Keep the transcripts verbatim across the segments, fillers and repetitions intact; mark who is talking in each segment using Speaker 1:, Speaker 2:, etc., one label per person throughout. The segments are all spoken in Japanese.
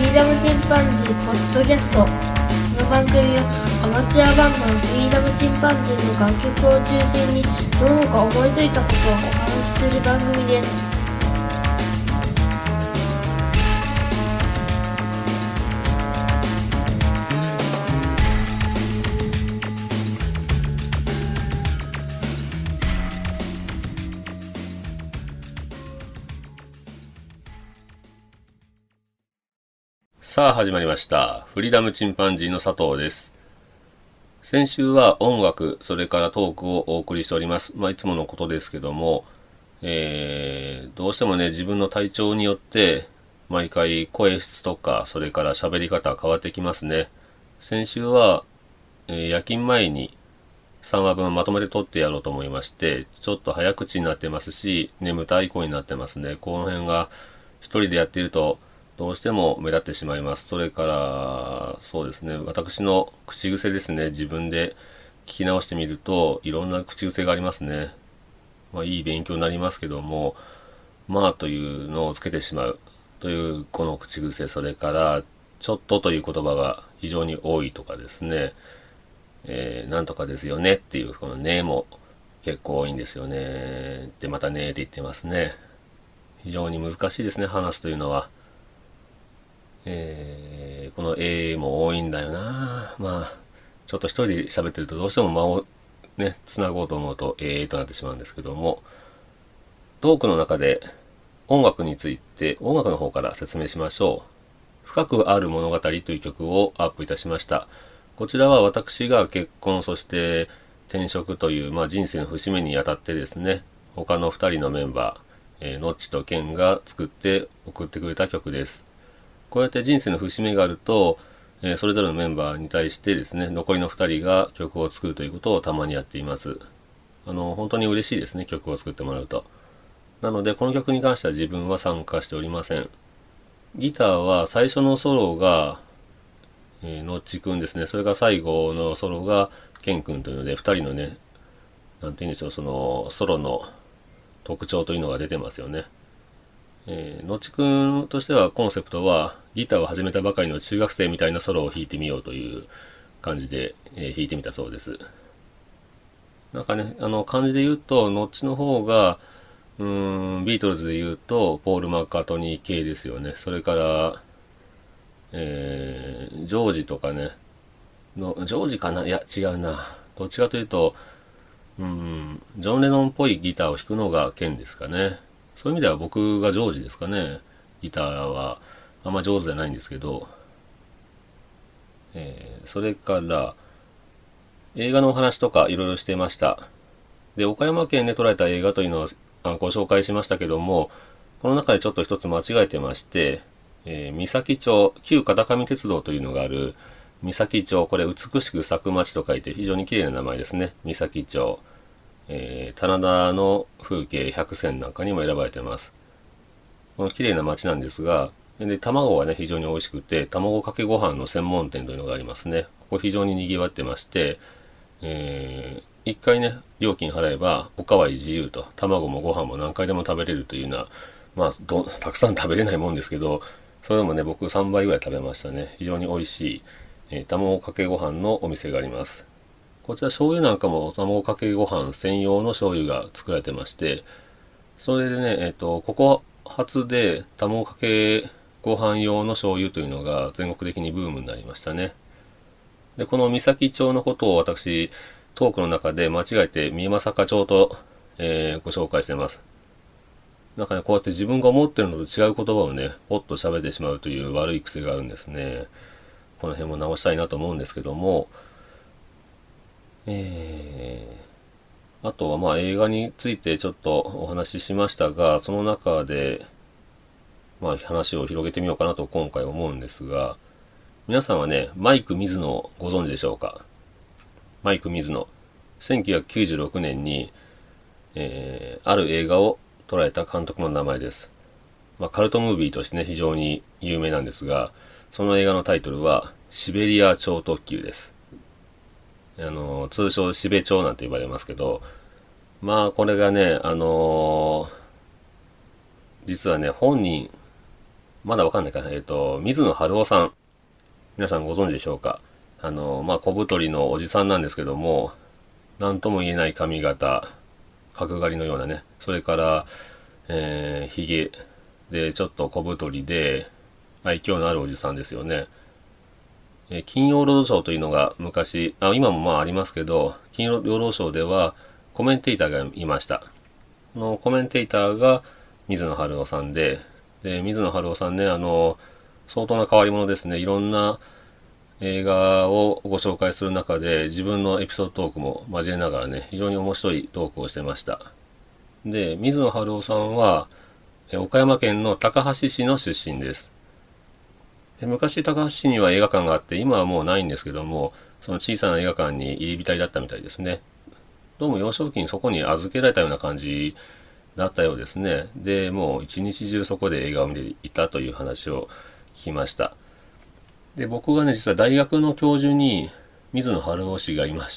Speaker 1: リーダムチンパンジーポッドキャスト。この番組はアマチュアバンドのフリーダムチンパンジーの楽曲を中心にどうか思いついたことをお話しする番組です。
Speaker 2: さあ始まりました。フリーダムチンパンジーの佐藤です。先週は音楽、それからトークをお送りしております。まあいつものことですけども、えー、どうしてもね、自分の体調によって、毎回声質とか、それから喋り方変わってきますね。先週は、えー、夜勤前にさんわぶんまとめて撮ってやろうと思いまして、ちょっと早口になってますし、眠たい声になってますね。この辺が一人でやっていると、どうしても目立ってしまいます。それから、そうですね、私の口癖ですね、自分で聞き直してみると、いろんな口癖がありますね。まあ、いい勉強になりますけども、まあというのをつけてしまうというこの口癖、それから、ちょっとという言葉が非常に多いとかですね、えー、なんとかですよねっていう、このねも結構多いんですよね。で、またねって言ってますね。非常に難しいですね、話すというのは。えー、この A も多いんだよな。まあ、ちょっと一人で喋ってるとどうしても間をね、つなごうと思うと A となってしまうんですけども、トークの中で音楽について音楽の方から説明しましょう。深くある物語という曲をアップいたしました。こちらは私が結婚、そして転職という、まあ、人生の節目にあたってですね、他のふたりのメンバー、えー、ノッチとケンが作って送ってくれた曲です。こうやって人生の節目があると、えー、それぞれのメンバーに対してですね、残りのふたりが曲を作るということをたまにやっています。あの、本当に嬉しいですね、曲を作ってもらうと。なので、この曲に関しては自分は参加しておりません。ギターは最初のソロが、えー、のっちくんですね。それから最後のソロがケンくんというので、ふたりのね、なんて言うんでしょう、そのソロの特徴というのが出てますよね。えー、のちくんとしてはコンセプトはギターを始めたばかりの中学生みたいなソロを弾いてみようという感じで、えー、弾いてみたそうです。なんかね、あの漢字で言うとのっちの方がうーんビートルズで言うとポール・マッカートニー系ですよね。それから、えー、ジョージとかねのジョージかないや違うな。どっちかというとうーんジョン・レノンっぽいギターを弾くのがケンですかね。そういう意味では僕が上手ですかね。ギターはあんま上手じゃないんですけど、えー、それから映画のお話とかいろいろしていました。で、岡山県で撮られた映画というのをご紹介しましたけども、この中でちょっと一つ間違えてまして、えー、三崎町、旧片上鉄道というのがある三崎町、これ美しく咲く町と書いて非常に綺麗な名前ですね。三崎町。えー、棚田の風景ひゃくせんなんかにも選ばれています。この綺麗な街なんですが、で卵がね非常に美味しくて、卵かけご飯の専門店というのがありますね。ここ非常に賑わってまして、えー、一回ね料金払えばおかわり自由と、卵もご飯も何回でも食べれるというような、まあどたくさん食べれないもんですけど、それでもね僕さんばいぐらい食べましたね。非常に美味しい、えー、卵かけご飯のお店があります。こちら醤油なんかも卵かけご飯専用の醤油が作られてまして、それでね、えっと、ここ初で卵かけご飯用の醤油というのが全国的にブームになりましたね。で、この三崎町のことを私、トークの中で間違えて三政坂町と、えー、ご紹介しています。なんかね、こうやって自分が思ってるのと違う言葉をね、ポッと喋ってしまうという悪い癖があるんですね。この辺も直したいなと思うんですけども、えー、あとはまあ映画についてちょっとお話ししましたが、その中でまあ話を広げてみようかなと今回思うんですが、皆さんはね、マイク水野をご存知でしょうか。マイク水野。せんきゅうひゃくきゅうじゅうろくねんに、えー、ある映画を捉えた監督の名前です。まあ、カルトムービーとしてね、非常に有名なんですが、その映画のタイトルはシベリア超特急です。あの通称シベ超なんて呼ばれますけど、まあこれがね、あのー、実はね本人まだわかんないかな。えっと、水野晴郎さん。皆さんご存知でしょうか。あの、まあ、小太りのおじさんなんですけども、なんとも言えない髪型、角刈りのようなね。それから、えー、髭でちょっと小太りで、愛嬌のあるおじさんですよね。えー金曜ロードショーというのが昔、あ、今もまあありますけど、金曜ロードショーではコメンテーターがいました。このコメンテーターが水野晴郎さんで、で、水野晴郎さんね、あの、相当な変わり者ですね。いろんな映画をご紹介する中で自分のエピソードトークも交えながらね、非常に面白いトークをしてました。で、水野晴郎さんは、岡山県の高梁市の出身です。昔高梁市には映画館があって、今はもうないんですけども、その小さな映画館に入り浸りだったみたいですね。どうも幼少期にそこに預けられたような感じだったようですね。で、もう一日中そこで映画を見ていたという話を聞きました。で、僕がね、実は大学の教授に水野晴郎氏がいまして、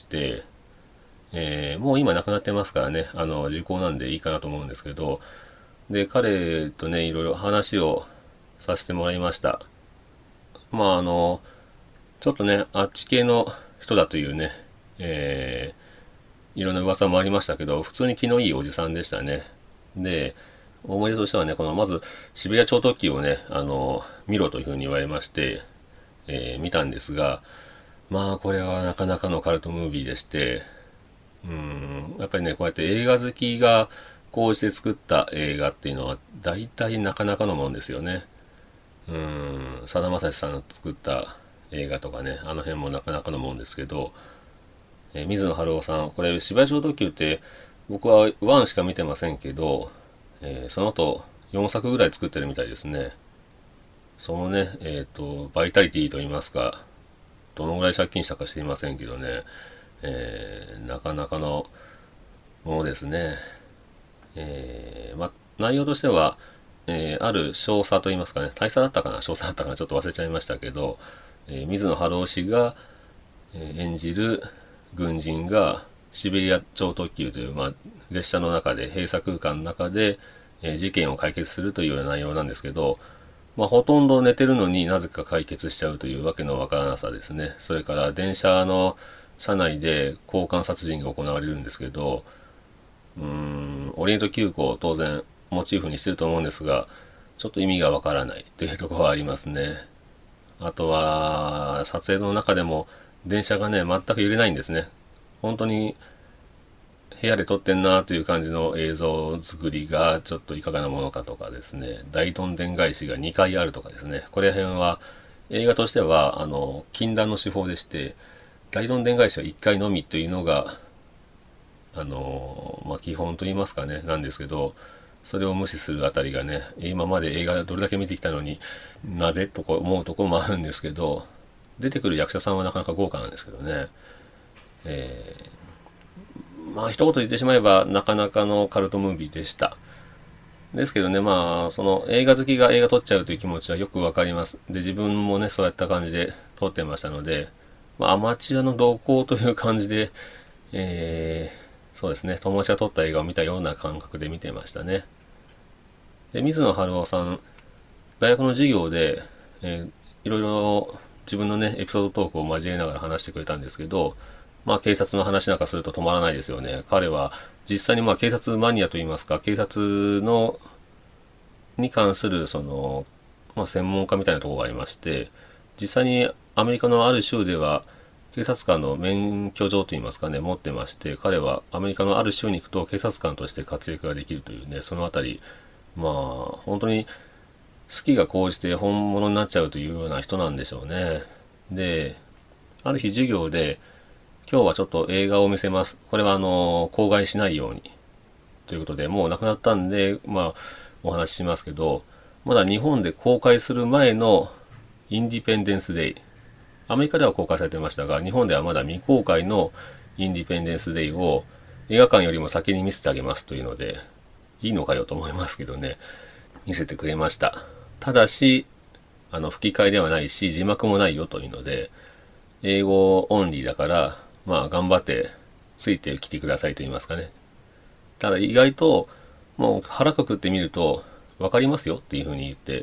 Speaker 2: えーもう今亡くなってますからね、あの、時効なんでいいかなと思うんですけど、で、彼とね、いろいろ話をさせてもらいました。まあ、あの、ちょっとね、あっち系の人だというね、えー、いろんな噂もありましたけど、普通に気のいいおじさんでしたね。で、思い出としてはね、このまず、シベリア超特急をね、あの、見ろというふうに言われまして、えー見たんですが、まあ、これはなかなかのカルトムービーでして、うーん、やっぱりね、こうやって映画好きがこうして作った映画っていうのは、大体なかなかのもんですよね。うーん、さだまさしさんの作った映画とかね、あの辺もなかなかのもんですけど、えー水野晴郎さん、これ、芝居小特急って、僕はワンしか見てませんけど、えーその後、よんさくぐらい作ってるみたいですね。そのね、えっと、バイタリティと言いますか、どのぐらい借金したか知りませんけどね、えーなかなかのものですね。えーま、内容としては、えーある少佐といいますかね、大佐だったかな、少佐だったかな、ちょっと忘れちゃいましたけど、えー水野晴郎氏が、えー演じる軍人がシベリア超特急という、まあ、列車の中で、閉鎖空間の中で、えー事件を解決するというような内容なんですけど、まあ、ほとんど寝てるのになぜか解決しちゃうというわけのわからなさですね。それから電車の車内で交換殺人が行われるんですけど、うーん、オリエント急行を当然モチーフにしてると思うんですが、ちょっと意味がわからないというところはありますね。あとは、撮影の中でも電車がね、全く揺れないんですね。本当に部屋で撮ってんなという感じの映像作りがちょっといかがなものかとかですね、大どんでん返しがにかいあるとかですね、これ辺は映画としてはあの禁断の手法でして、大どんでん返しはいっかいのみというのがあのまあ基本といいますかね、なんですけど、それを無視するあたりがね、今まで映画どれだけ見てきたのになぜと思うところもあるんですけど、出てくる役者さんはなかなか豪華なんですけどね、えーまあ一言言ってしまえばなかなかのカルトムービーでした。ですけどね、まあその映画好きが映画撮っちゃうという気持ちはよくわかります。で、自分もね、そうやった感じで撮ってましたので、まあアマチュアの同行という感じで、えー、そうですね、友達が撮った映画を見たような感覚で見てましたね。で、水野晴郎さん、大学の授業で、えーいろいろ自分のね、エピソードトークを交えながら話してくれたんですけど、まあ警察の話なんかすると止まらないですよね。彼は実際にまあ警察マニアといいますか、警察のに関するその、まあ、専門家みたいなところがありまして、実際にアメリカのある州では警察官の免許状といいますかね、持ってまして、彼はアメリカのある州に行くと警察官として活躍ができるというね、そのあたり、まあ本当に好きが高じて本物になっちゃうというような人なんでしょうね。で、ある日授業で、今日はちょっと映画を見せます。これはあの、口外しないように。ということで、もう亡くなったんで、まあ、お話ししますけど、まだ日本で公開する前のインディペンデンスデイ。アメリカでは公開されてましたが、日本ではまだ未公開のインディペンデンスデイを映画館よりも先に見せてあげますというので、いいのかよと思いますけどね、見せてくれました。ただし、あの、吹き替えではないし、字幕もないよというので、英語オンリーだから、まあ頑張ってついてきてくださいと言いますかね。ただ意外ともう腹くくってみると分かりますよっていう風に言って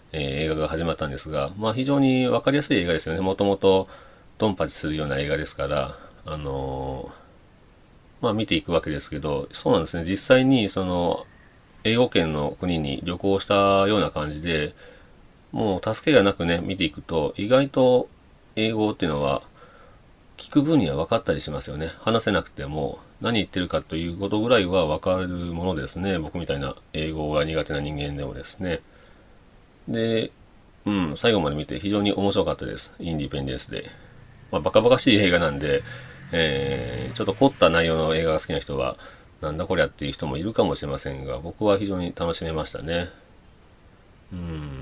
Speaker 2: えー映画が始まったんですが、まあ非常に分かりやすい映画ですよね。もともとドンパチするような映画ですから、あのーまあ見ていくわけですけど、そうなんですね。実際にその英語圏の国に旅行したような感じで、もう助けがなくね、見ていくと、意外と英語っていうのは聞く分には分かったりしますよね。話せなくても何言ってるかということぐらいは分かるものですね。僕みたいな英語が苦手な人間でもですね。で、うん、最後まで見て非常に面白かったです。インディペンデンスで。まあ、バカバカしい映画なんで、えー、ちょっと凝った内容の映画が好きな人は、なんだこりゃっていう人もいるかもしれませんが、僕は非常に楽しめましたね。うん、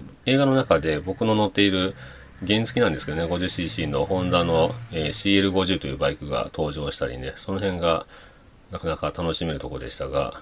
Speaker 2: 映画の中で僕の乗っている原付なんですけどね、 ごじゅっシーシー のホンダの、えー、シーエルごじゅう というバイクが登場したりね、その辺がなかなか楽しめるところでしたが、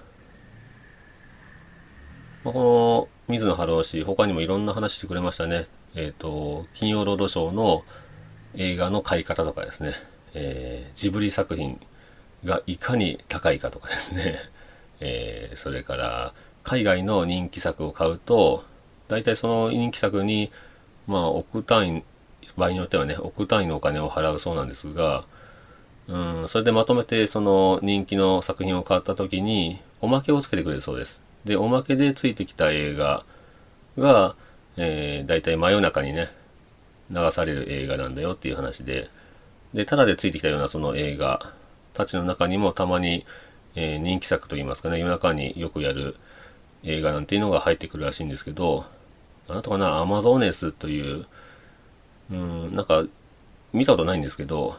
Speaker 2: まあ、この水野晴郎氏、他にもいろんな話してくれましたね。えっ、と、金曜ロードショーの映画の買い方とかですね、えージブリ作品がいかに高いかとかですね、えーそれから海外の人気作を買うと、大体その人気作に、まあ億単位、場合によってはね、億単位のお金を払うそうなんですが、うん、それでまとめてその人気の作品を買った時におまけをつけてくれるそうです。で、おまけでついてきた映画が、えー、大体真夜中にね、流される映画なんだよっていう話で、で、ただでついてきたようなその映画たちの中にもたまに、えー人気作といいますかね、夜中によくやる映画なんていうのが入ってくるらしいんですけど、なんとかな、アマゾネスという、うん、なんか見たことないんですけど、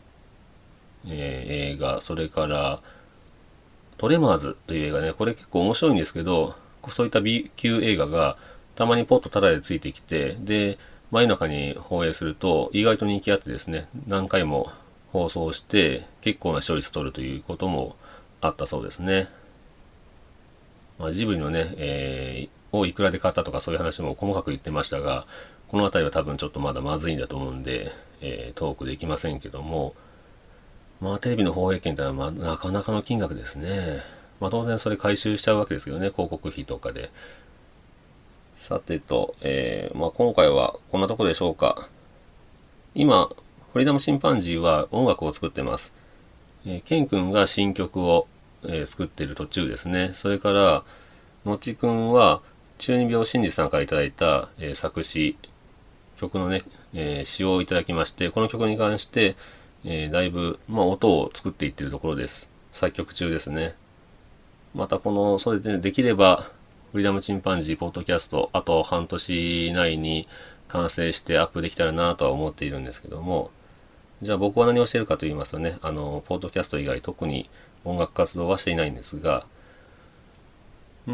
Speaker 2: えー映画、それからトレマーズという映画ね、これ結構面白いんですけど、そういった B 級映画がたまにポッとタダでついてきて、で、真夜中に放映すると意外と人気あってですね、何回も放送して結構な視聴率取るということもあったそうですね。まあ、ジブリのね、えーをいくらで買ったとかそういう話も細かく言ってましたが、この辺りは多分ちょっとまだまずいんだと思うんで、えートークできませんけども、まあテレビの放映権ってのはまあなかなかの金額ですね。まあ当然それ回収しちゃうわけですけどね、広告費とかで。さてと、えーまあ今回はこんなとこでしょうか。今、フリーダムチンパンジーは音楽を作ってます。えーケン君が新曲を、えー作っている途中ですね。それから、のちくんは中二病真司さんからいただいた、えー作詞、曲のね、えー詩をいただきまして、この曲に関して、えーだいぶ、まあ、音を作っていっているところです。作曲中ですね。またこの、それで、ね、できれば、フリーダムチンパンジーポッドキャスト、あと半年以内に完成してアップできたらなとは思っているんですけども、じゃあ僕は何をしているかと言いますとね、あの、ポッドキャスト以外特に音楽活動はしていないんですが、うん、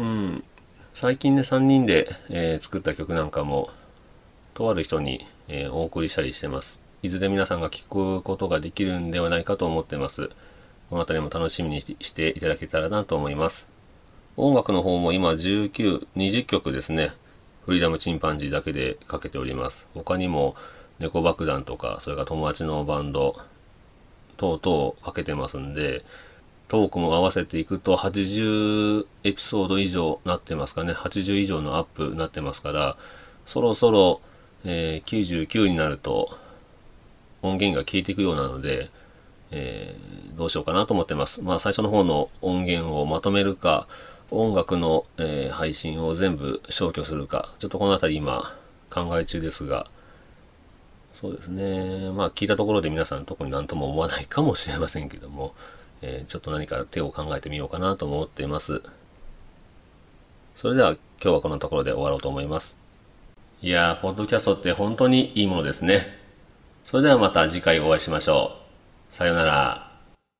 Speaker 2: 最近ね、さんにんで、えー作った曲なんかも、とある人に、えーお送りしたりしてます。いずれ皆さんが聞くことができるんではないかと思ってます。このあたりも楽しみにしていただけたらなと思います。音楽の方も今じゅうきゅう、にじゅっきょくですね。フリーダムチンパンジーだけでかけております。他にも猫爆弾とか、それから友達のバンド等々かけてますんで、トークも合わせていくとはちじゅうエピソード以上なってますかね。はちじゅう以上のアップなってますから、そろそろ、えーきゅうじゅうきゅうになると音源が消えていくようなので、えーどうしようかなと思ってます。まあ最初の方の音源をまとめるか、音楽の、えー配信を全部消去するか、ちょっとこのあたり今考え中ですが、そうですね。まあ聞いたところで皆さん特に何とも思わないかもしれませんけども、えーちょっと何か手を考えてみようかなと思っています。それでは今日はこのところで終わろうと思います。いやー、ポッドキャストって本当にいいものですね。それではまた次回お会いしましょう。さようなら。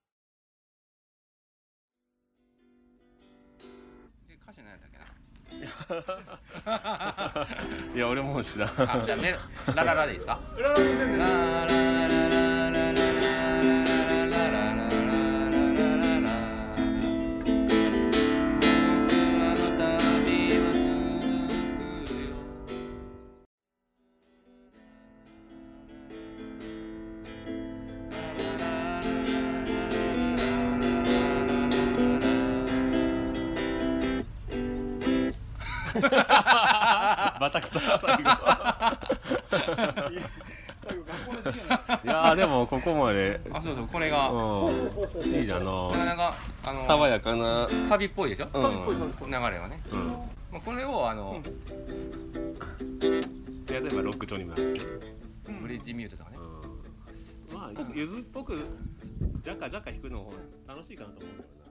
Speaker 3: 歌詞何やったっけな。
Speaker 2: いや、俺も知らん。
Speaker 3: あ、じゃあメラララでいいですか。ララララララララララララララララ
Speaker 2: バタくさ最後
Speaker 4: 最後学校の試験なんです
Speaker 2: いやーでもここまで
Speaker 3: あ、そうそう、これが
Speaker 2: うんいいじゃん
Speaker 3: なか
Speaker 2: な
Speaker 3: なかあの
Speaker 2: 爽やかな
Speaker 3: サビっぽいでしょ、
Speaker 2: うん
Speaker 4: サビっぽいサビっぽい
Speaker 3: 流れはね。
Speaker 2: うん
Speaker 3: まあこれをあの、
Speaker 2: いや例えばロック調にもなるし
Speaker 3: ブリッジミュートとかね。
Speaker 2: うんまあゆずっぽくジャカジャカ弾くの方が楽しいかなと思うんだよな